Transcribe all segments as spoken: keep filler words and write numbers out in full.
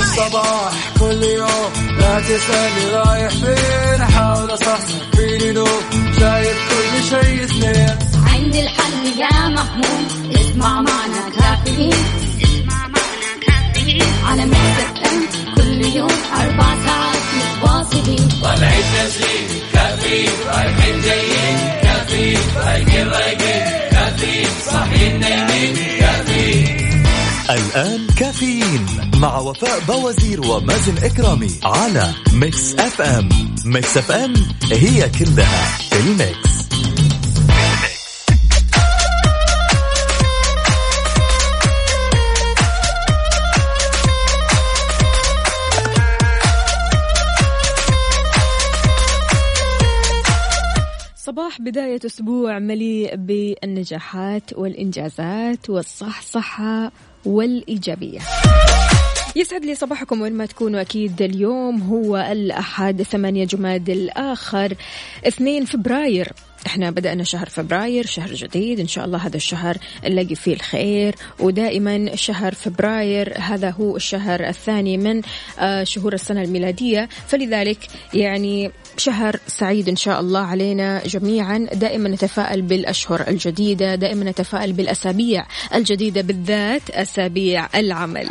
الصباح كل يوم لا تسألني رايح فين أحاول أصحصح فيني لو شايف كل شيء سنين عندي الحل يا محمود اسمع معنا كافيين اسمع معنا كافيين على مكتب كل يوم أربع ساعات متواصلين طلعت تسليم كافيين رايحين جايين كافيين رايقين رايقين كافيين صاحيين نايمين كافيين. الآن كافيين مع وفاء بوازير ومازن إكرامي على ميكس اف ام. ميكس اف ام هي كلها الميكس. صباح بداية أسبوع مليء بالنجاحات والإنجازات والصحصحة والإيجابية. يسعد لي صباحكم وين ما تكونوا. أكيد اليوم هو الأحد ثمانية جماد الآخر اثنين فبراير. احنا بدأنا شهر فبراير، شهر جديد إن شاء الله. هذا الشهر نلاقي فيه الخير، ودائما شهر فبراير هذا هو الشهر الثاني من شهور السنة الميلادية، فلذلك يعني شهر سعيد إن شاء الله علينا جميعا. دائما نتفائل بالأشهر الجديدة، دائما نتفائل بالأسابيع الجديدة، بالذات أسابيع العمل.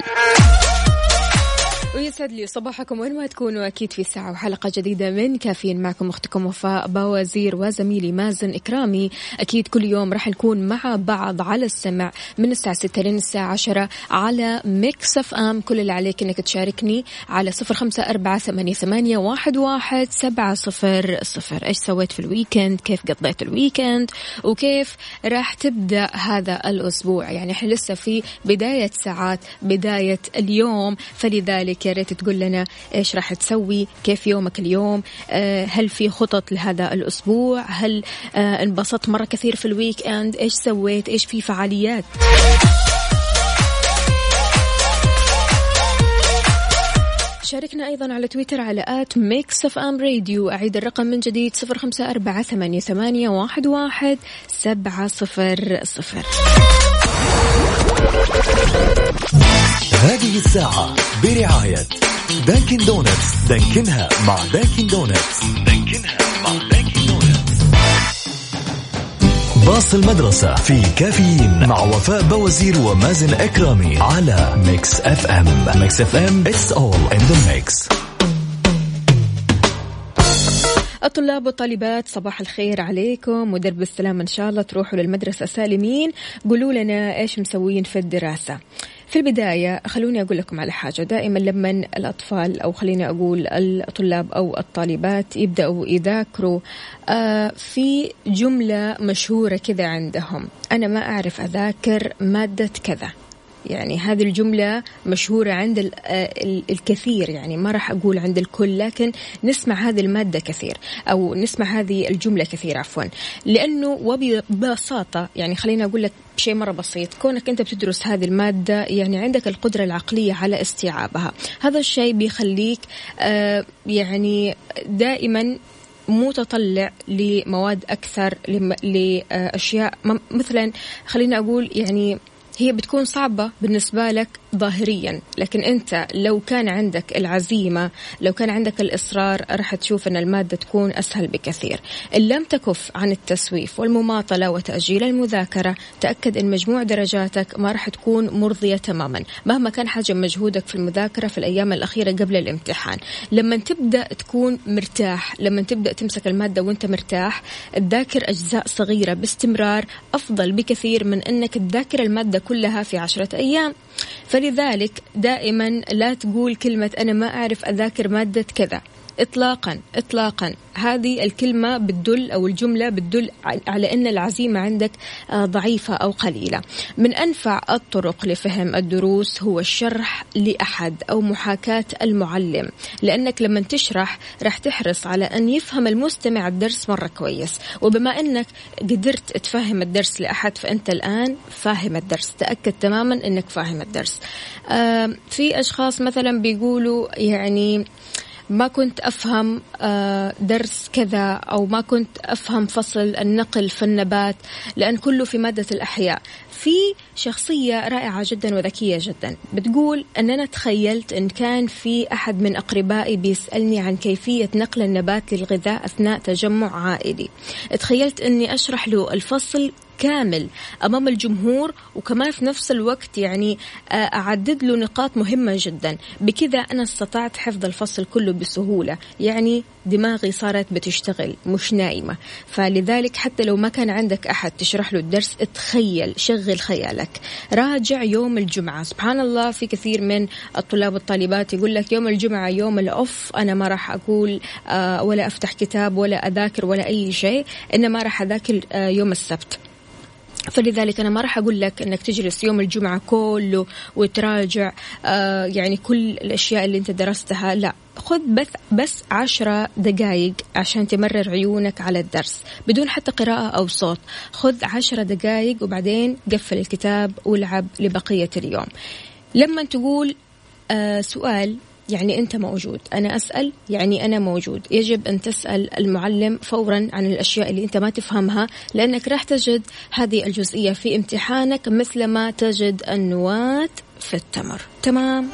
ويسعد لي صباحكم وين ما تكونوا. أكيد في ساعة وحلقة جديدة من كافيين، معكم أختكم وفاء بوازير وزميلي مازن إكرامي. أكيد كل يوم راح نكون مع بعض على السمع من الساعة ستة لين الساعة عشرة على ميكس اف ام. كل اللي عليك إنك تشاركني على صفر خمسة أربعة ثمانية ثمانية واحد واحد سبعة صفر صفر. إيش سويت في الويكند؟ كيف قضيت الويكند؟ وكيف راح تبدأ هذا الأسبوع؟ يعني إحنا لسه في بداية ساعات بداية اليوم، فلذلك يا ريت تقول لنا إيش راح تسوي، كيف يومك اليوم، أه هل في خطط لهذا الأسبوع، هل أه انبسطت مرة كثير في الويك اند، إيش سويت، إيش في فعاليات. شاركنا أيضا على تويتر على آت ميكس اف ام راديو. أعيد الرقم من جديد صفر خمسة أربعة ثمانية ثمانية واحد واحد سبعة صفر صفر. هذه الساعة برعاية دانكن دونتس. دانكنها مع دانكن دونتس. دانكنها مع دانكن دونتس. باص المدرسة في كافيين مع وفاء بوازير ومازن إكرامي على ميكس اف ام. ميكس اف ام it's all in the mix. الطلاب والطالبات صباح الخير عليكم ودرب السلام. إن شاء الله تروحوا للمدرسة سالمين. قولوا لنا إيش مسوين في الدراسة. في البداية خلوني أقول لكم على حاجة. دائما لما الأطفال أو خليني أقول الطلاب أو الطالبات يبدأوا يذاكروا آه في جملة مشهورة كذا عندهم: أنا ما أعرف أذاكر مادة كذا. يعني هذه الجملة مشهورة عند الكثير، يعني ما راح أقول عند الكل، لكن نسمع هذه المادة كثير أو نسمع هذه الجملة كثير عفوا. لأنه وببساطة يعني خلينا أقول لك شيء مرة بسيط، كونك أنت بتدرس هذه المادة يعني عندك القدرة العقلية على استيعابها. هذا الشيء بيخليك آه يعني دائما متطلع لمواد أكثر، لأشياء مثلا خلينا أقول يعني هي بتكون صعبة بالنسبة لك ظاهريا، لكن أنت لو كان عندك العزيمة، لو كان عندك الإصرار، راح تشوف أن المادة تكون أسهل بكثير. إن لم تكف عن التسويف والمماطلة وتأجيل المذاكرة، تأكد أن مجموع درجاتك ما راح تكون مرضية تماما مهما كان حجم مجهودك في المذاكرة في الأيام الأخيرة قبل الامتحان. لما تبدأ تكون مرتاح، لما تبدأ تمسك المادة وانت مرتاح، تذاكر أجزاء صغيرة باستمرار أفضل بكثير من أنك تذاكر المادة كلها في عشرة أيام. فلذلك دائما لا تقول كلمة أنا ما أعرف أذاكر مادة كذا إطلاقا إطلاقا. هذه الكلمة بتدل أو الجملة بتدل على أن العزيمة عندك ضعيفة أو قليلة. من أنفع الطرق لفهم الدروس هو الشرح لأحد أو محاكاة المعلم، لأنك لما تشرح راح تحرص على أن يفهم المستمع الدرس مرة كويس، وبما أنك قدرت تفهم الدرس لأحد فأنت الآن فاهم الدرس. تأكد تماما أنك فاهم الدرس. في أشخاص مثلا بيقولوا يعني ما كنت أفهم درس كذا أو ما كنت أفهم فصل النقل في النبات لأن كله في مادة الأحياء. في شخصية رائعة جدا وذكية جدا بتقول أن أنا تخيلت أن كان في أحد من أقربائي بيسألني عن كيفية نقل النبات للغذاء أثناء تجمع عائلي. تخيلت أني أشرح له الفصل كامل أمام الجمهور وكمان في نفس الوقت يعني أعدد له نقاط مهمة جدا. بكذا أنا استطعت حفظ الفصل كله بسهولة، يعني دماغي صارت بتشتغل مش نائمة. فلذلك حتى لو ما كان عندك أحد تشرح له الدرس تخيل، شغل خيالك، راجع يوم الجمعة. سبحان الله في كثير من الطلاب والطالبات يقول لك يوم الجمعة يوم الأوف، أنا ما راح أقول ولا أفتح كتاب ولا أذاكر ولا أي شيء، إنما راح أذاكر يوم السبت. فلذلك أنا ما راح أقول لك أنك تجلس يوم الجمعة كله وتراجع آه يعني كل الأشياء اللي أنت درستها، لا، خذ بس بس عشرة دقائق عشان تمرر عيونك على الدرس بدون حتى قراءة أو صوت. خذ عشرة دقائق وبعدين قفل الكتاب والعب لبقية اليوم. لما تقول آه سؤال يعني أنت موجود، أنا أسأل يعني أنا موجود. يجب أن تسأل المعلم فورا عن الأشياء اللي أنت ما تفهمها، لأنك راح تجد هذه الجزئية في امتحانك مثلما تجد النواة في التمر. تمام؟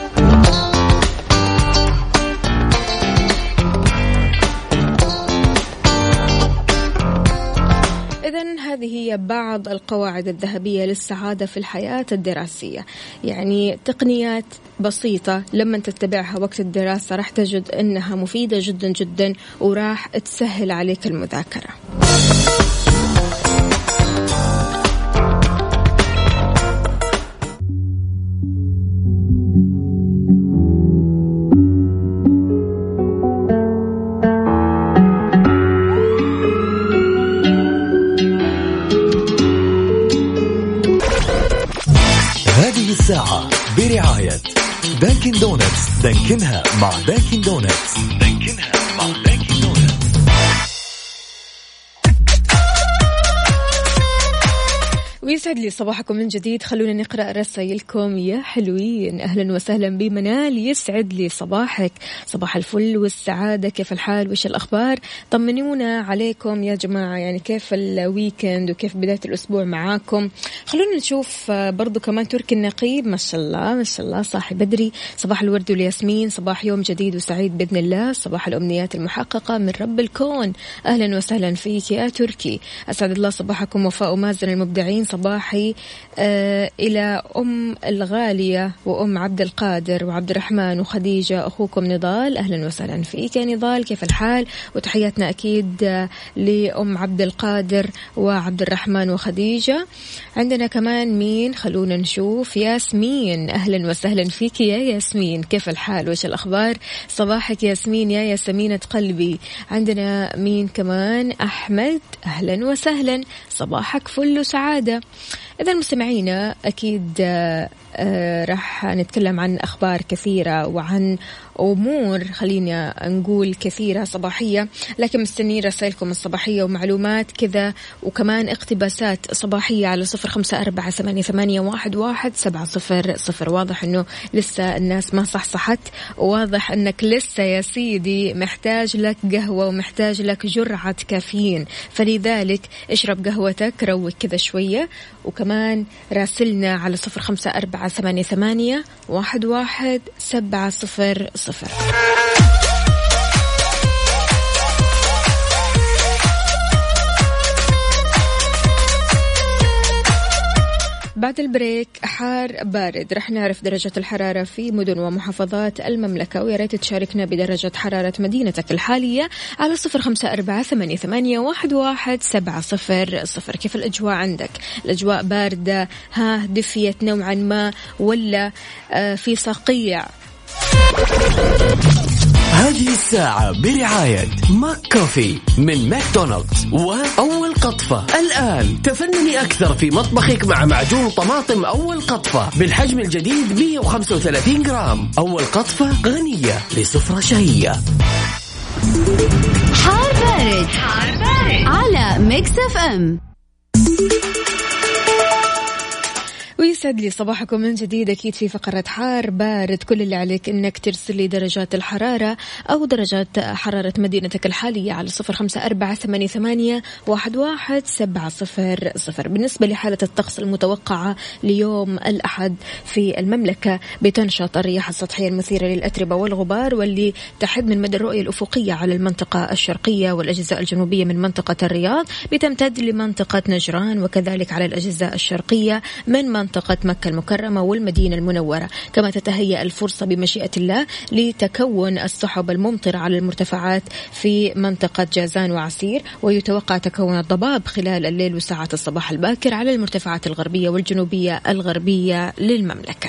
إذن هذه هي بعض القواعد الذهبية للسعادة في الحياة الدراسية، يعني تقنيات بسيطة لما تتبعها وقت الدراسة راح تجد أنها مفيدة جدا جدا وراح تسهل عليك المذاكرة. الساعة برعاية دانكن دونتس. دانكنها مع دانكن دونتس. دانكنها مع دانكن دونتس. ويسعد لي صباحكم من جديد. خلونا نقرأ رسائلكم يا حلوين. أهلا وسهلا بمنال، يسعد لي صباحك، صباح الفل والسعادة. كيف الحال وش الأخبار؟ طمنونا عليكم يا جماعة، يعني كيف الويكند وكيف بداية الأسبوع معاكم. خلونا نشوف برضو كمان تركي النقيب، ما شاء الله ما شاء الله صاحي بدري. صباح الورد والياسمين، صباح يوم جديد وسعيد بإذن الله، صباح الأمنيات المحققة من رب الكون. أهلا وسهلا فيك يا تركي، أسعد الله صباحكم. وفاء ومازن المبدعين، صباحي آه إلى أم الغالية وأم عبد القادر وعبد الرحمن وخديجة، أخوكم نضال. أهلا وسهلا فيك يا نضال، كيف الحال؟ وتحياتنا أكيد آه لأم عبد القادر وعبد الرحمن وخديجة. عندنا كمان مين؟ خلونا نشوف. ياسمين، أهلا وسهلا فيك يا ياسمين، كيف الحال وش الأخبار؟ صباحك ياسمين يا ياسمينة قلبي. عندنا مين كمان؟ أحمد، أهلا وسهلا، صباحك فل وسعادة. إذا مستمعينا أكيد آه آه راح نتكلم عن أخبار كثيرة وعن أمور خلينا نقول كثيرة صباحية، لكن مستنين رسائلكم الصباحية ومعلومات كذا وكمان اقتباسات صباحية على صفر خمسة أربعة ثمانية ثمانية واحد واحد سبعة صفر صفر. واضح أنه لسه الناس ما صحصحت، وواضح أنك لسه يا سيدي محتاج لك قهوة ومحتاج لك جرعة كافيين، فلذلك اشرب قهوتك، روق كذا شوية، وكمان راسلنا على صفر خمسة أربعة ثمانية ثمانية واحد واحد سبعة صفر صفر. بعد البريك حار بارد، رح نعرف درجة الحرارة في مدن ومحافظات المملكة، ويا ريت تشاركنا بدرجة حرارة مدينتك الحالية على صفر خمسة أربعة ثمانية ثمانية واحد واحد سبعة صفر صفر. كيف الأجواء عندك؟ الأجواء باردة، ها دفيت نوعا ما، ولا آه في صقيع؟ هذه الساعة برعاية ماك كوفي من ماكدونالدز وأول قطفة. الآن تفنني أكثر في مطبخك مع معجون طماطم أول قطفة بالحجم الجديد مئة وخمسة وثلاثين جرام. أول قطفة غنية لسفرة شهية. حار بارد, حار بارد على ميكس اف ام. ويسعد لي صباحكم من جديد. أكيد في فقرة حار بارد، كل اللي عليك إنك ترسل لي درجات الحرارة أو درجات حرارة مدينتك الحالية على صفر خمسة أربعة ثمانية ثمانية واحد واحد سبعة صفر صفر. بالنسبة لحالة الطقس المتوقعة ليوم الأحد في المملكة، بتنشط الرياح السطحية المثيرة للأتربة والغبار واللي تحد من مدى الرؤية الأفقية على المنطقة الشرقية والأجزاء الجنوبية من منطقة الرياض، بتمتد لمنطقة نجران وكذلك على الأجزاء الشرقية من منطقة مكة المكرمة والمدينة المنورة. كما تتهيأ الفرصة بمشيئة الله لتكون السحب الممطرة على المرتفعات في منطقة جازان وعسير، ويتوقع تكون الضباب خلال الليل وساعات الصباح الباكر على المرتفعات الغربية والجنوبية الغربية للمملكة.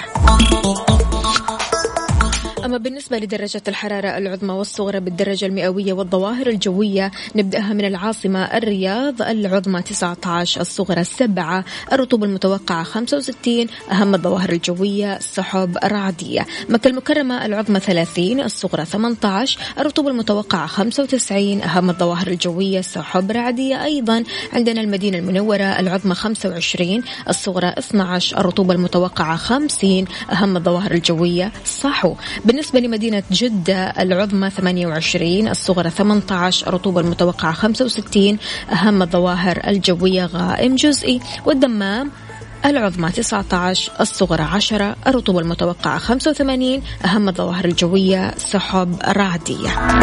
أما بالنسبة لدرجة الحرارة العظمى والصغرى بالدرجة المئوية والظواهر الجوية، نبدأها من العاصمة الرياض، العظمى تسعة عشر، الصغرى سبعة، الرطوبة المتوقعة خمسة وستين، أهم الظواهر الجوية سحب رعدية. مكة المكرمة العظمى ثلاثين، الصغرى ثمانية عشر، الرطوبة المتوقعة خمسة وتسعين، أهم الظواهر الجوية سحب رعدية. أيضا عندنا المدينة المنورة العظمى خمسة وعشرين، الصغرى اثني عشر، الرطوبة المتوقعة خمسين، أهم الظواهر الجوية صحو. بالنسبة لمدينة جدة العظمى ثمانية وعشرين، الصغرى ثمانية عشر، الرطوبة المتوقعة خمسة وستين، أهم الظواهر الجوية غائم جزئي. والدمام العظمى تسعة عشر، الصغرى عشرة، الرطوبة المتوقعة خمسة وثمانين، أهم الظواهر الجوية سحب رعدية.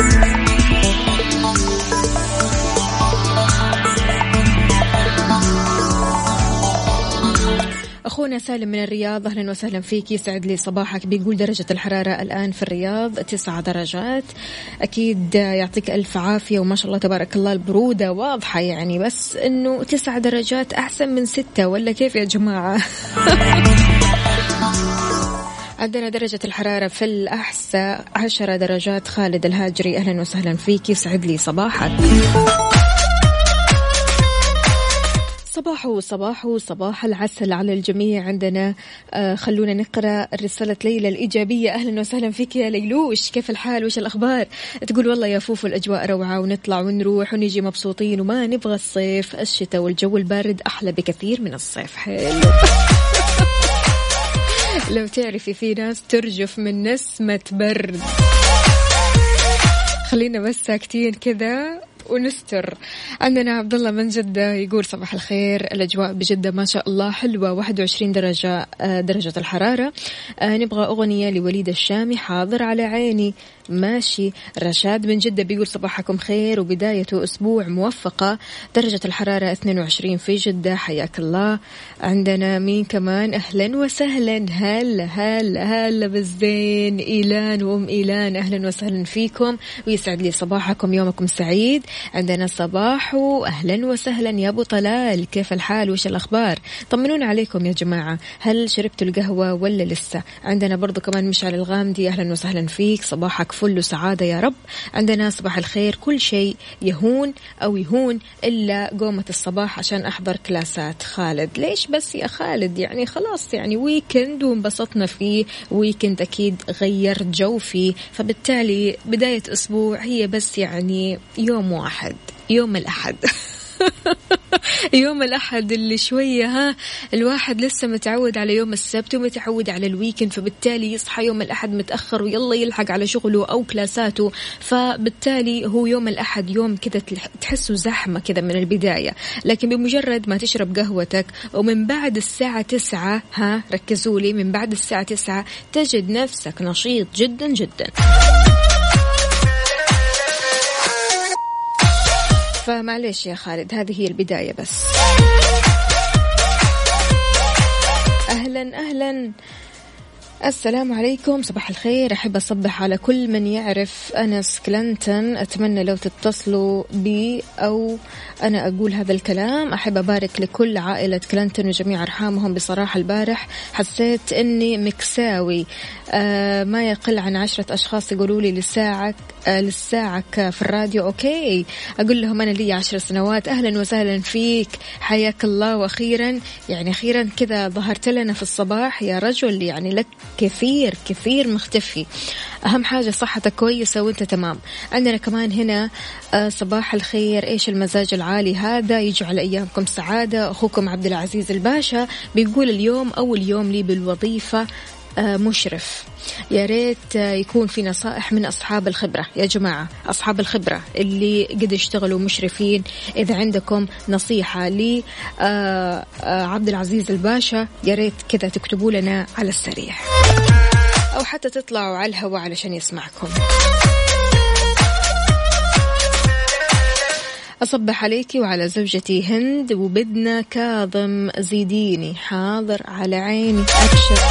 أخونا سالم من الرياض، أهلا وسهلا فيك، يسعد لي صباحك. بيقول درجة الحرارة الآن في الرياض تسعة درجات. أكيد يعطيك ألف عافية وما شاء الله تبارك الله، البرودة واضحة يعني، بس إنه تسعة درجات أحسن من ستة ولا كيف يا جماعة؟ عندنا درجة الحرارة في الأحساء عشرة درجات. خالد الهاجري أهلا وسهلا فيك، يسعد لي صباحك. صباحو صباحو صباح العسل على الجميع. عندنا آه خلونا نقرأ رسالة ليلى الإيجابية. أهلا وسهلا فيك يا ليلوش، كيف الحال وش الأخبار؟ تقول والله يا فوفو الأجواء روعة، ونطلع ونروح ونيجي مبسوطين وما نبغى الصيف، الشتاء والجو البارد أحلى بكثير من الصيف. حلو. لو تعرفي في ناس ترجف من نسمة برد. خلينا بس ساكتين كذا ونستر. عندنا عبد الله من جدة يقول صباح الخير، الأجواء بجدة ما شاء الله حلوة، واحد وعشرين درجة درجة الحرارة. نبغى أغنية لوليد الشامي، حاضر على عيني. ماشي. رشاد من جدة بيقول صباحكم خير وبداية أسبوع موفقة، درجة الحرارة اثنين وعشرين في جدة، حياك الله. عندنا مين كمان؟ أهلا وسهلا، هلا هلا هلا بالزين، إيلان وأم إيلان أهلا وسهلا فيكم، ويسعد لي صباحكم، يومكم سعيد. عندنا صباح وأهلا وسهلا يا أبو طلال، كيف الحال وش الأخبار؟ طمنونا عليكم يا جماعة، هل شربتوا القهوة ولا لسه؟ عندنا برضو كمان مشعل الغامدي أهلا وسهلا فيك، صباحك فل وسعادة يا رب. عندنا صباح الخير، كل شيء يهون أو يهون إلا قومة الصباح عشان أحضر كلاسات. خالد، ليش بس يا خالد؟ يعني خلاص يعني ويكند وانبسطنا فيه، ويكند أكيد غير جو فيه، فبالتالي بداية أسبوع هي بس يعني يوم واحد، يوم الأحد. يوم الأحد اللي شوية ها الواحد لسه متعود على يوم السبت ومتعود على الويكند، فبالتالي يصحى يوم الأحد متأخر ويلا يلحق على شغله أو كلاساته، فبالتالي هو يوم الأحد يوم كذا تحسه زحمة كذا من البداية. لكن بمجرد ما تشرب قهوتك ومن بعد الساعة تسعة، ها ركزوا لي، من بعد الساعة تسعة تجد نفسك نشيط جدا جدا. فمعليش يا خالد، هذه هي البداية بس. أهلا أهلا، السلام عليكم، صباح الخير. أحب أصبح على كل من يعرف أنس كلينتون، أتمنى لو تتصلوا بي أو أنا أقول هذا الكلام. أحب أبارك لكل عائلة كلينتون وجميع أرحامهم. بصراحة البارح حسيت أني مكساوي، آه ما يقل عن عشرة أشخاص يقولوا لي لساعك آه لساعك في الراديو. أوكي، أقول لهم أنا لي عشر سنوات. أهلا وسهلا فيك، حياك الله. وأخيرا يعني أخيرا كذا ظهرت لنا في الصباح يا رجل، يعني لك كثير كثير مختفي. أهم حاجة صحتك كويسة وانت تمام. عندنا كمان هنا صباح الخير، إيش المزاج العالي هذا، يجعل أيامكم سعادة. أخوكم عبد العزيز الباشا بيقول اليوم أول يوم لي بالوظيفة مشرف، يا ريت يكون في نصائح من أصحاب الخبرة يا جماعة، أصحاب الخبرة اللي قد اشتغلوا مشرفين. إذا عندكم نصيحة لعبد العزيز الباشا يا ريت كذا تكتبوا لنا على السريع، أو حتى تطلعوا على الهواء علشان يسمعكم. أصبح عليكي وعلى زوجتي هند وبدنا كاظم زيديني. حاضر على عيني أبشر.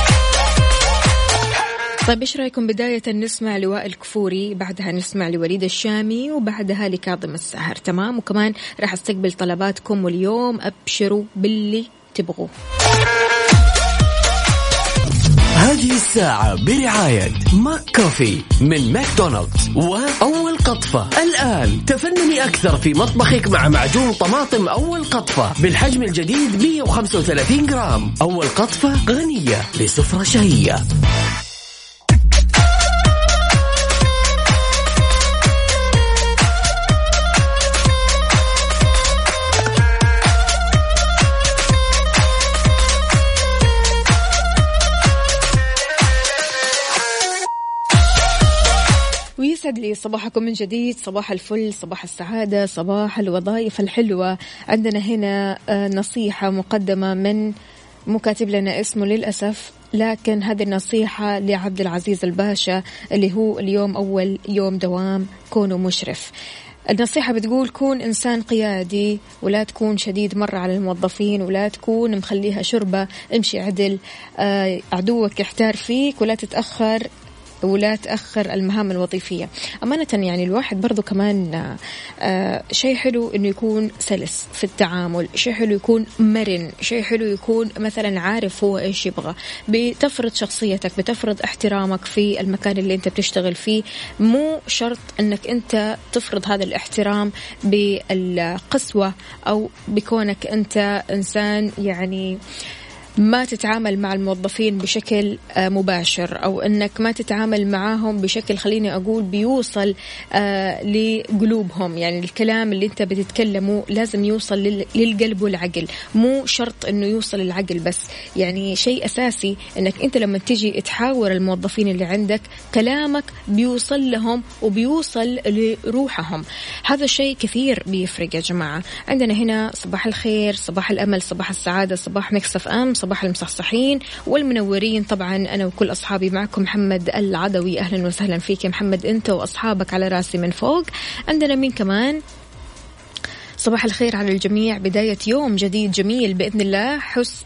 طيب إيش رأيكم بداية نسمع لواء الكفوري، بعدها نسمع لوليد الشامي، وبعدها لكاظم الساهر، تمام؟ وكمان راح استقبل طلباتكم، واليوم أبشروا باللي تبغوه. هذه الساعة برعاية ماك كوفي من ماكدونالدز وأول قطفة. الآن تفنني أكثر في مطبخك مع معجون طماطم أول قطفة بالحجم الجديد مئة وخمسة وثلاثين جرام. أول قطفة غنية لسفرة شهية. يسعد لي صباحكم من جديد، صباح الفل، صباح السعادة، صباح الوظائف الحلوة. عندنا هنا نصيحة مقدمة من مكاتب لنا اسمه للأسف، لكن هذه النصيحة لعبد العزيز الباشا اللي هو اليوم أول يوم دوام كونه مشرف. النصيحة بتقول كون إنسان قيادي ولا تكون شديد مرة على الموظفين، ولا تكون مخليها شربة، امشي عدل، عدوك يحتار فيك، ولا تتأخر ولا تأخر المهام الوظيفية. أمانة يعني الواحد برضو كمان آه شيء حلو إنه يكون سلس في التعامل، شيء حلو يكون مرن، شيء حلو يكون مثلا عارف هو إيش يبغى. بتفرض شخصيتك، بتفرض احترامك في المكان اللي أنت بتشتغل فيه. مو شرط أنك أنت تفرض هذا الاحترام بالقسوة أو بكونك أنت إنسان يعني ما تتعامل مع الموظفين بشكل مباشر، أو أنك ما تتعامل معاهم بشكل خليني أقول بيوصل لقلوبهم. يعني الكلام اللي أنت بتتكلمه لازم يوصل للقلب والعقل، مو شرط أنه يوصل العقل بس. يعني شيء أساسي أنك أنت لما تيجي تحاور الموظفين اللي عندك كلامك بيوصل لهم وبيوصل لروحهم. هذا الشيء كثير بيفرق يا جماعة. عندنا هنا صباح الخير، صباح الأمل، صباح السعادة، صباح مكسف أم، صباح المصحصحين والمنورين. طبعا أنا وكل أصحابي معكم. محمد العدوي، أهلا وسهلا فيك يا محمد، أنت وأصحابك على راسي من فوق. عندنا مين كمان؟ صباح الخير على الجميع، بداية يوم جديد جميل بإذن الله. حس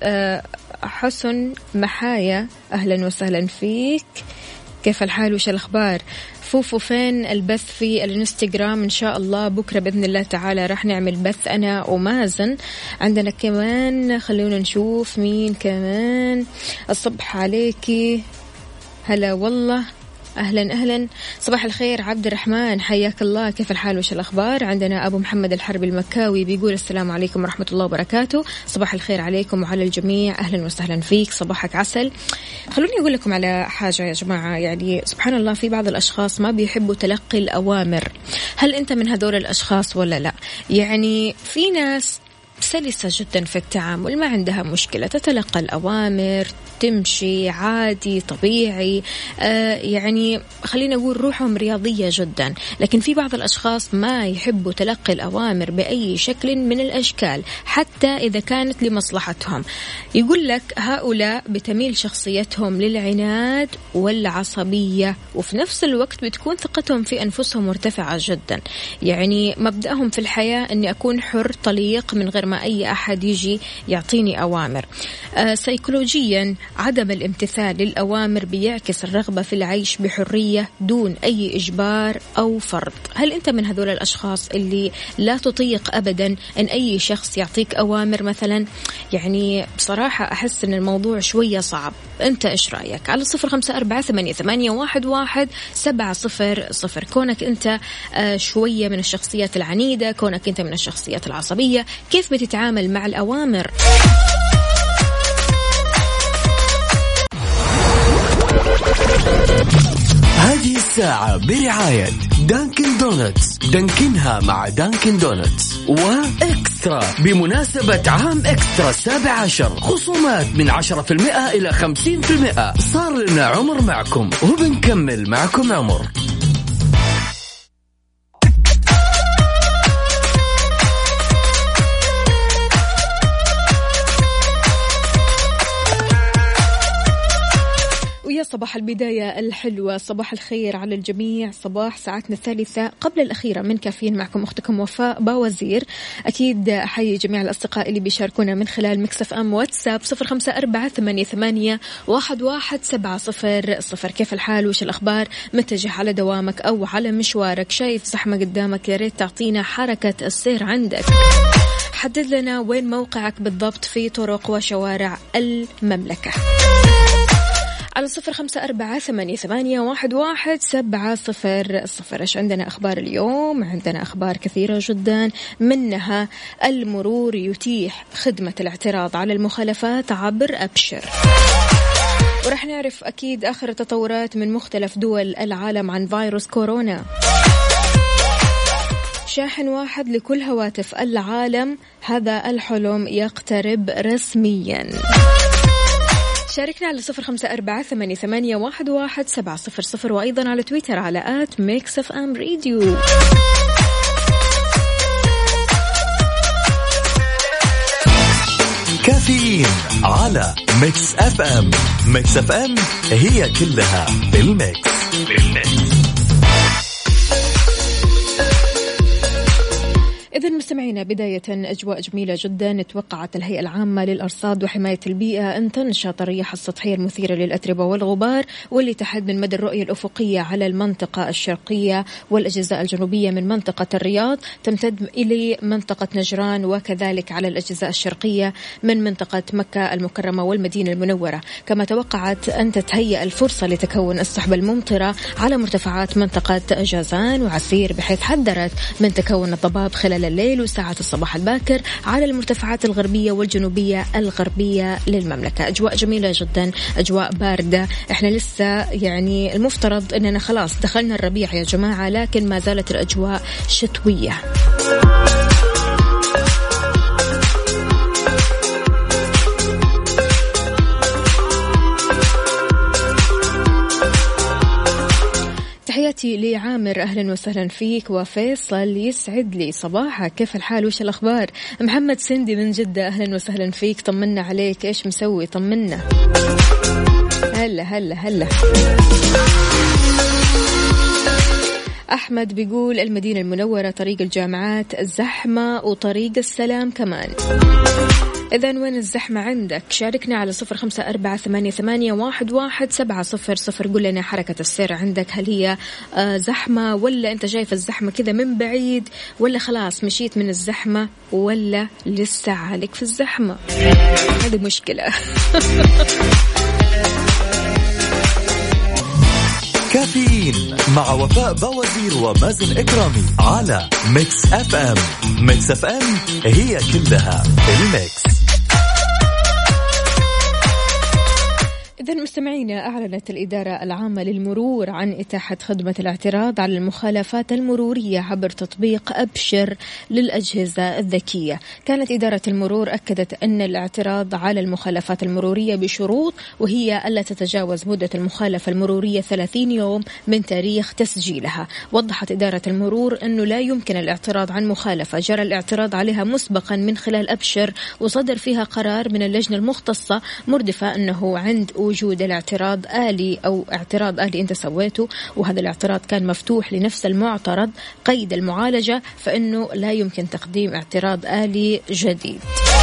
حسن محايا، أهلا وسهلا فيك، كيف الحال وش الأخبار؟ فوفو فين البث في الانستغرام؟ إن شاء الله بكرة بإذن الله تعالى راح نعمل بث أنا ومازن. عندنا كمان، خلونا نشوف مين كمان. الصبح عليكي، هلا والله، أهلا أهلا، صباح الخير عبد الرحمن، حياك الله، كيف الحال وش الأخبار؟ عندنا أبو محمد الحربي المكاوي بيقول السلام عليكم ورحمة الله وبركاته. صباح الخير عليكم وعلى الجميع، أهلا وسهلا فيك، صباحك عسل. خلوني أقول لكم على حاجة يا جماعة، يعني سبحان الله في بعض الأشخاص ما بيحبوا تلقي الأوامر. هل أنت من هذول الأشخاص ولا لا؟ يعني في ناس سلسة جدا في التعامل، ما عندها مشكلة، تتلقى الأوامر، تمشي عادي طبيعي، آه يعني خلينا نقول روحهم رياضية جدا. لكن في بعض الأشخاص ما يحبوا تلقي الأوامر بأي شكل من الأشكال، حتى إذا كانت لمصلحتهم. يقول لك هؤلاء بتميل شخصيتهم للعناد والعصبية، وفي نفس الوقت بتكون ثقتهم في أنفسهم مرتفعة جدا. يعني مبدأهم في الحياة أني أكون حر طليق من غير ما أي أحد يجي يعطيني أوامر. آه سيكولوجيا عدم الامتثال للأوامر بيعكس الرغبة في العيش بحرية دون أي إجبار أو فرض. هل أنت من هذول الأشخاص اللي لا تطيق أبدا أن أي شخص يعطيك أوامر مثلا؟ يعني بصراحة أحس أن الموضوع شوية صعب. أنت إيش رأيك؟ على صفر خمسة أربعة ثمانية ثمانية واحد واحد سبعة صفر صفر. كونك أنت آه شوية من الشخصيات العنيدة، كونك أنت من الشخصيات العصبية، كيف بتتعامل مع الأوامر؟ هذه الساعة برعاية دانكن دونتس، دانكنها مع دانكن دونتس. وإكسترا بمناسبة عام إكسترا السابع عشر، خصومات من عشرة بالمئة إلى خمسين بالمئة. صار لنا عمر معكم وبنكمل معكم عمر. صباح البداية الحلوة، صباح الخير على الجميع، صباح ساعتنا الثالثة قبل الأخيرة من كافيين. معكم أختكم وفاء باوزير. أكيد أحيي جميع الأصدقاء اللي بيشاركونا من خلال مكسف أم واتساب صفر خمسة أربعة ثمانية ثمانية واحد واحد سبعة صفر صفر. كيف الحال؟ وش الأخبار؟ متجه على دوامك أو على مشوارك؟ شايف زحمة قدامك؟ يا ريت تعطينا حركة السير عندك. حدد لنا وين موقعك بالضبط في طرق وشوارع المملكة على صفر خمسة أربعة ثمانية ثمانية واحد واحد سبعة صفر صفر. إيش عندنا أخبار اليوم؟ عندنا أخبار كثيرة جدا، منها المرور يتيح خدمة الاعتراض على المخالفات عبر أبشر، ورح نعرف أكيد آخر التطورات من مختلف دول العالم عن فيروس كورونا. شاحن واحد لكل هواتف العالم، هذا الحلم يقترب رسميا. شاركنا على صفر خمسة أربعة ثمانية ثمانية واحد واحد سبعة صفر صفر، وأيضا على تويتر على آت ميكس أف أم راديو. كافيين على ميكس أف أم. ميكس أف أم هي كلها بالميكس. بالميكس. إذا مستمعينا، بداية أجواء جميلة جدا. توقعت الهيئة العامة للأرصاد وحماية البيئة أن تنشط الرياح السطحية المثيرة للأتربة والغبار واللي تحد من مدى الرؤية الأفقية على المنطقة الشرقية والأجزاء الجنوبية من منطقة الرياض، تمتد إلى منطقة نجران، وكذلك على الأجزاء الشرقية من منطقة مكة المكرمة والمدينة المنورة. كما توقعت أن تتهيأ الفرصة لتكون السحب الممطرة على مرتفعات منطقة جازان وعسير، بحيث حذرت من تكون الضباب خلال الليل وساعات الصباح الباكر على المرتفعات الغربية والجنوبية الغربية للمملكة. أجواء جميلة جدا، أجواء باردة. إحنا لسه يعني المفترض أننا خلاص دخلنا الربيع يا جماعة، لكن ما زالت الأجواء شتوية. تحياتي لعامر، أهلا وسهلا فيك. وفيصل، يسعد لي صباحك، كيف الحال؟ وش الأخبار؟ محمد سندي من جدة، أهلا وسهلا فيك، طمنا عليك، إيش مسوي؟ طمنا. هلا هلا هلا. أحمد بيقول المدينة المنورة طريق الجامعات زحمة وطريق السلام كمان. إذن وين الزحمة عندك؟ شاركنا على صفر خمسة أربعة ثمانية ثمانية واحد واحد سبعة صفر صفر. قل لنا حركة السير عندك، هل هي زحمة ولا أنت شايف الزحمة كذا من بعيد، ولا خلاص مشيت من الزحمة، ولا لسه عليك في الزحمة؟ هذه مشكلة. كافيين مع وفاء باوزير ومازن إكرامي على ميكس أف أم. ميكس أف أم هي كلها الميكس. إذا مستمعينا، أعلنت الإدارة العامة للمرور عن إتاحة خدمة الاعتراض على المخالفات المرورية عبر تطبيق أبشر للأجهزة الذكية. كانت إدارة المرور أكدت أن الاعتراض على المخالفات المرورية بشروط، وهي ألا تتجاوز مدة المخالفة المرورية ثلاثين يوم من تاريخ تسجيلها. وضحت إدارة المرور أنه لا يمكن الاعتراض عن مخالفة جرى الاعتراض عليها مسبقا من خلال أبشر وصدر فيها قرار من اللجنة المختصة، مردفة أنه عند وجود الاعتراض آلي أو اعتراض آلي أنت سويته وهذا الاعتراض كان مفتوح لنفس المعترض قيد المعالجة، فإنه لا يمكن تقديم اعتراض آلي جديد.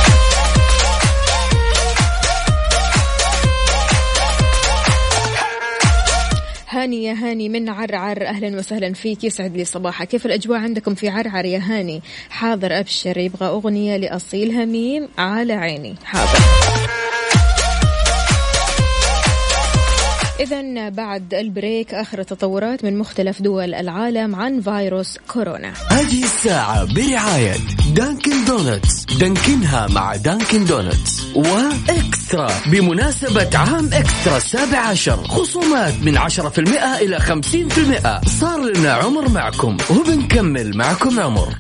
هاني، يا هاني من عرعر، أهلا وسهلا فيك، يسعد لي صباحك. كيف الأجواء عندكم في عرعر يا هاني؟ حاضر أبشر، يبغى أغنية لأصيل هميم على عيني. حاضر. إذن بعد البريك آخر التطورات من مختلف دول العالم عن فيروس كورونا. هذه الساعة برعاية دانكن دونتس، دانكنها مع دانكن دونتس. وإكسترا بمناسبة عام إكسترا السابع عشر، خصومات من عشرة بالمئة إلى خمسين بالمئة. صار لنا عمر معكم وبنكمل معكم عمر.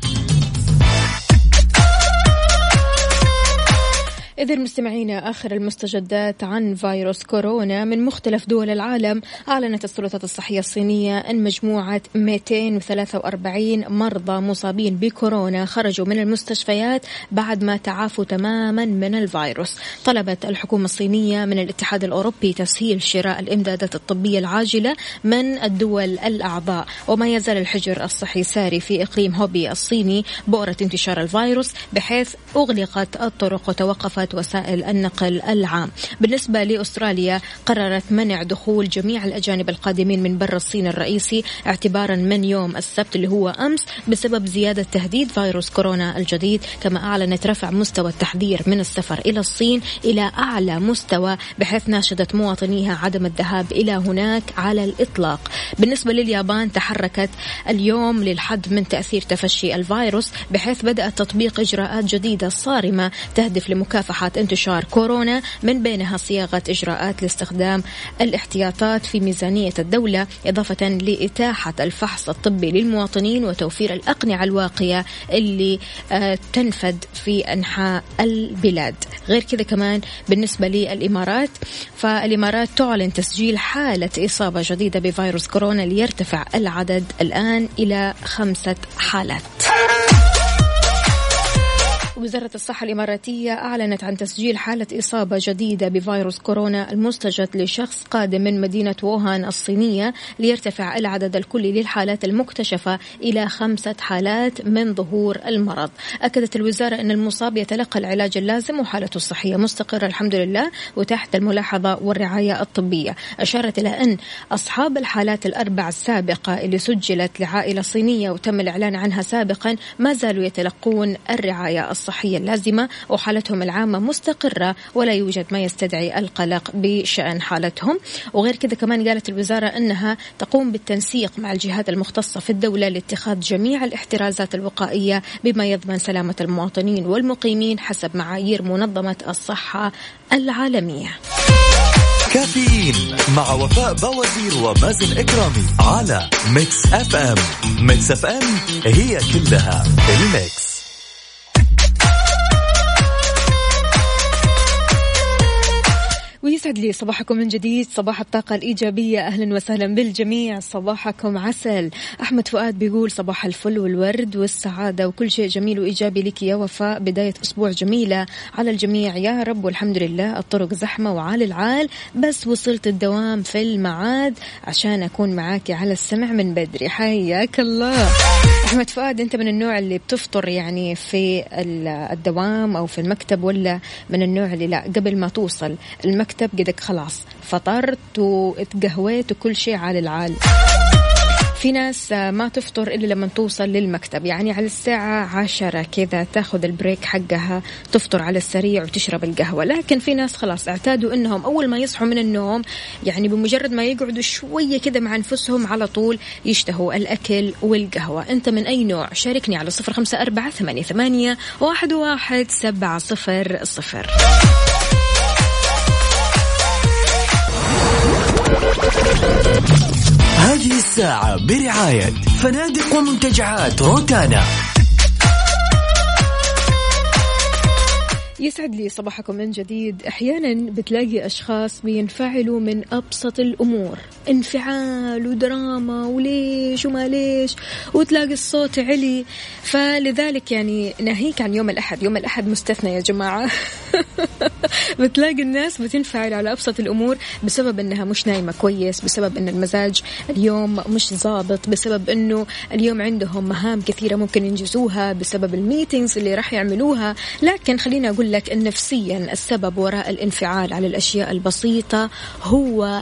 إذا مستمعينا آخر المستجدات عن فيروس كورونا من مختلف دول العالم، أعلنت السلطات الصحية الصينية أن مجموعة مئتين وثلاثة وأربعين مرضى مصابين بكورونا خرجوا من المستشفيات بعد ما تعافوا تماما من الفيروس. طلبت الحكومة الصينية من الاتحاد الأوروبي تسهيل شراء الإمدادات الطبية العاجلة من الدول الأعضاء. وما يزال الحجر الصحي ساري في إقليم هوبي الصيني بؤرة انتشار الفيروس، بحيث أغلقت الطرق وتوقفت وسائل النقل العام. بالنسبة لأستراليا، قررت منع دخول جميع الأجانب القادمين من برا الصين الرئيسي اعتبارا من يوم السبت اللي هو أمس بسبب زيادة تهديد فيروس كورونا الجديد. كما أعلنت رفع مستوى التحذير من السفر إلى الصين إلى أعلى مستوى، بحيث ناشدت مواطنيها عدم الذهاب إلى هناك على الإطلاق. بالنسبة لليابان، تحركت اليوم للحد من تأثير تفشي الفيروس، بحيث بدأت تطبيق إجراءات جديدة صارمة تهدف لمكافحة انتشار كورونا، من بينها صياغة إجراءات لاستخدام الاحتياطات في ميزانية الدولة، إضافة لإتاحة الفحص الطبي للمواطنين وتوفير الأقنعة الواقية اللي تنفذ في أنحاء البلاد. غير كذا كمان بالنسبة للإمارات، فالإمارات تعلن تسجيل حالة إصابة جديدة بفيروس كورونا ليرتفع العدد الآن إلى خمسة حالات. وزارة الصحة الإماراتية أعلنت عن تسجيل حالة إصابة جديدة بفيروس كورونا المستجد لشخص قادم من مدينة ووهان الصينية، ليرتفع العدد الكلي للحالات المكتشفة إلى خمسة حالات من ظهور المرض. أكدت الوزارة أن المصاب يتلقى العلاج اللازم وحالته الصحية مستقرة الحمد لله وتحت الملاحظة والرعاية الطبية. أشارت إلى أن أصحاب الحالات الأربع السابقة اللي سجلت لعائلة صينية وتم الإعلان عنها سابقا ما زالوا يتلقون الرعاية الصحية الصحية اللازمة وحالتهم العامة مستقرة، ولا يوجد ما يستدعي القلق بشأن حالتهم. وغير كذا كمان قالت الوزارة أنها تقوم بالتنسيق مع الجهات المختصة في الدولة لاتخاذ جميع الاحترازات الوقائية بما يضمن سلامة المواطنين والمقيمين حسب معايير منظمة الصحة العالمية. كافيين مع وفاء بوازير ومازن إكرامي على ميكس أف أم. ميكس أف أم هي كلها الميكس. ويسعد لي صباحكم من جديد، صباح الطاقة الإيجابية. أهلا وسهلا بالجميع، صباحكم عسل. أحمد فؤاد بيقول صباح الفل والورد والسعادة وكل شيء جميل وإيجابي لك يا وفاء، بداية أسبوع جميلة على الجميع يا رب والحمد لله. الطرق زحمة وعال العال، بس وصلت الدوام في الميعاد عشان أكون معاك على السمع من بدري. حياك الله أحمد فؤاد. أنت من النوع اللي بتفطر يعني في الدوام أو في المكتب، ولا من النوع اللي لا قبل ما توصل المكتب قدك خلاص فطرت واتقهويت وكل شيء على العال؟ في ناس ما تفطر إلا لما توصل للمكتب، يعني على الساعة عشرة كذا تاخذ البريك حقها تفطر على السريع وتشرب القهوة. لكن في ناس خلاص اعتادوا إنهم أول ما يصحوا من النوم يعني بمجرد ما يقعدوا شوية كذا مع أنفسهم على طول يشتهوا الأكل والقهوة. أنت من أي نوع؟ شاركني على صفر خمسة أربعة ثمانية ثمانية واحد واحد سبعة صفر صفر. هذه الساعة برعاية فنادق ومنتجعات روتانا. يسعد لي صباحكم من جديد. أحيانا بتلاقي أشخاص بينفعلوا من أبسط الأمور، انفعال ودراما وليش وما ليش، وتلاقي الصوت علي. فلذلك يعني ناهيك عن يوم الأحد، يوم الأحد مستثنى يا جماعة. بتلاقي الناس بتنفعل على أبسط الأمور بسبب أنها مش نايمة كويس، بسبب أن المزاج اليوم مش ضابط، بسبب أنه اليوم عندهم مهام كثيرة ممكن ينجزوها، بسبب الميتينجز اللي راح يعملوها. لكن خلينا أقول لك أن نفسيا السبب وراء الانفعال على الأشياء البسيطة هو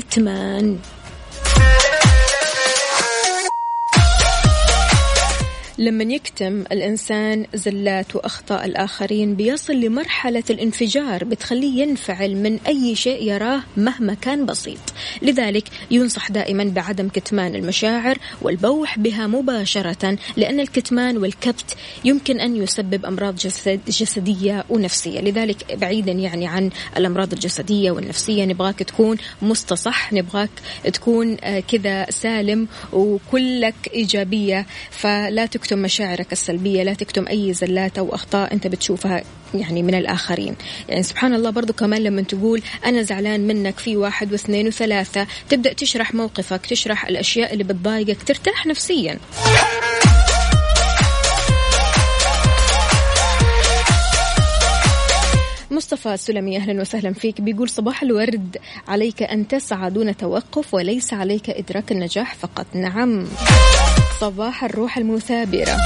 الكتمان. لما يكتم الإنسان زلات وأخطاء الآخرين بيصل لمرحلة الانفجار بتخليه ينفعل من أي شيء يراه مهما كان بسيط. لذلك ينصح دائما بعدم كتمان المشاعر والبوح بها مباشرة، لأن الكتمان والكبت يمكن أن يسبب أمراض جسد جسدية ونفسية. لذلك بعيدا يعني عن الأمراض الجسدية والنفسية نبغاك تكون مستصح، نبغاك تكون كذا سالم وكلك إيجابية. فلا تكتم مشاعرك السلبية، لا تكتم أي زلات أو أخطاء أنت بتشوفها يعني من الآخرين. يعني سبحان الله برضو كمان لما تقول أنا زعلان منك في واحد واثنين وثلاثة، تبدأ تشرح موقفك، تشرح الأشياء اللي بتضايقك، ترتاح نفسيا. مصطفى السلمي أهلا وسهلا فيك، بيقول صباح الورد، عليك أن تسعى دون توقف وليس عليك إدراك النجاح فقط. نعم، صباح الروح المثابرة.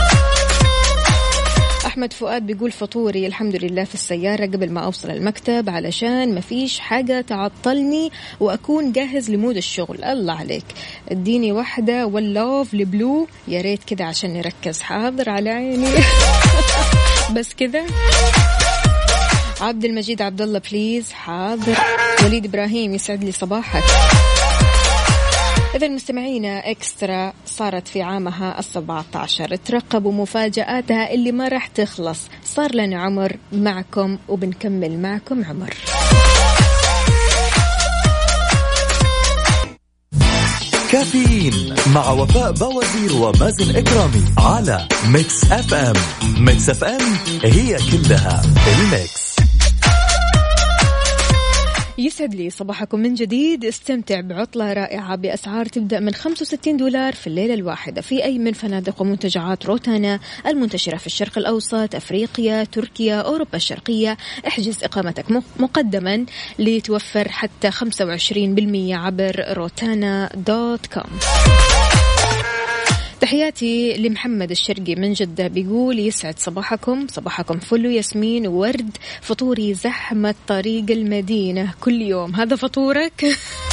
أحمد فؤاد بيقول فطوري الحمد لله في السيارة قبل ما أوصل المكتب علشان ما فيش حاجة تعطلني وأكون جاهز لمود الشغل. الله عليك، اديني واحدة واللوف البلو يا ريت كده عشان نركز. حاضر على عيني. بس كده. عبد المجيد عبد الله بليز. حاضر. وليد إبراهيم يسعد لي صباحك. إذا مستمعينا إكسترا صارت في عامها السبعة عشر، ترقبوا مفاجآتها اللي ما راح تخلص. صار لنا عمر معكم وبنكمل معكم عمر. كافيين مع وفاء بوازير ومازن إكرامي على ميكس أف أم. ميكس أف أم هي كلها الميكس. يسعد لي صباحكم من جديد. استمتع بعطلة رائعة بأسعار تبدأ من خمسة وستين دولار في الليلة الواحدة في أي من فنادق ومنتجعات روتانا المنتشرة في الشرق الأوسط، أفريقيا، تركيا، أوروبا الشرقية. احجز إقامتك مقدما لتوفر حتى خمسة وعشرين بالمئة عبر روتانا دوت كوم. تحياتي لمحمد الشرقي من جدة، بيقول يسعد صباحكم، صباحكم فل ياسمين وورد. فطوري زحمة طريق المدينة كل يوم. هذا فطورك؟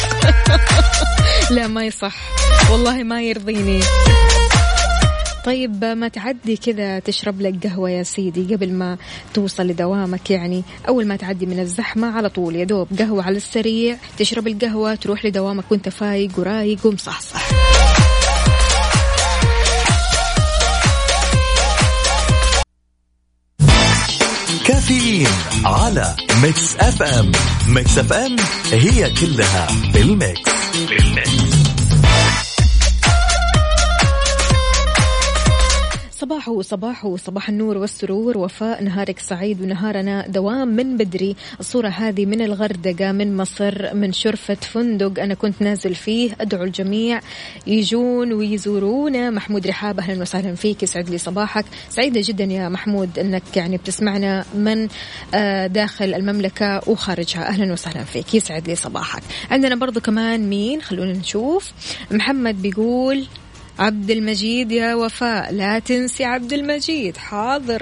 لا ما يصح والله، ما يرضيني. طيب ما تعدي كذا تشرب لك قهوة يا سيدي قبل ما توصل لدوامك. يعني أول ما تعدي من الزحمة على طول يا دوب قهوة على السريع، تشرب القهوة تروح لدوامك وانت فايق ورايق ومصحصح. كافيين على ميكس أف أم. ميكس أف أم هي كلها بالميكس. صباحو صباحو صباح النور والسرور. وفاء نهارك سعيد ونهارنا دوام من بدري. الصورة هذه من الغردقة من مصر من شرفة فندق أنا كنت نازل فيه. أدعو الجميع يجون ويزورونا. محمود رحاب أهلا وسهلا فيك، يسعد لي صباحك. سعيدة جدا يا محمود أنك يعني بتسمعنا من داخل المملكة وخارجها. أهلا وسهلا فيك، يسعد لي صباحك. عندنا برضو كمان مين، خلونا نشوف. محمد بيقول عبد المجيد يا وفاء لا تنسي عبد المجيد. حاضر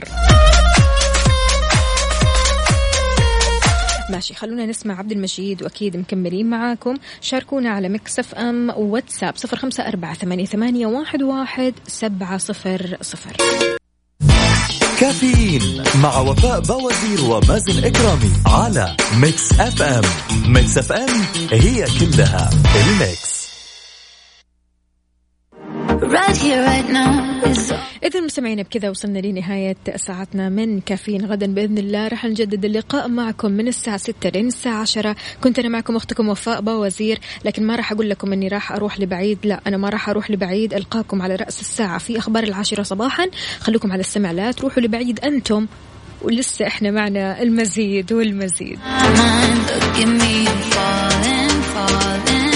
ماشي، خلونا نسمع عبد المجيد وأكيد مكملين معاكم. شاركونا على ميكس أف أم واتساب صفر خمسة أربعة ثمانية ثمانية واحد واحد سبعة صفر صفر. كافيين مع وفاء بوازير ومازن إكرامي على ميكس أف أم. ميكس أف أم هي كلها الميكس. Right here, right now. إذا مستمعين بكذا وصلنا لنهاية ساعتنا من كافيين. غدا بإذن الله رح نجدد اللقاء معكم من الساعة ستة لين الساعة عشرة. كنت أنا معكم أختكم وفاء بوازير، لكن ما راح أقول لكم أني راح أروح لبعيد. لا، أنا ما راح أروح لبعيد. ألقاكم على رأس الساعة في أخبار العاشرة صباحا. خلوكم على السمع، لا تروحوا لبعيد أنتم، ولسه إحنا معنا المزيد والمزيد.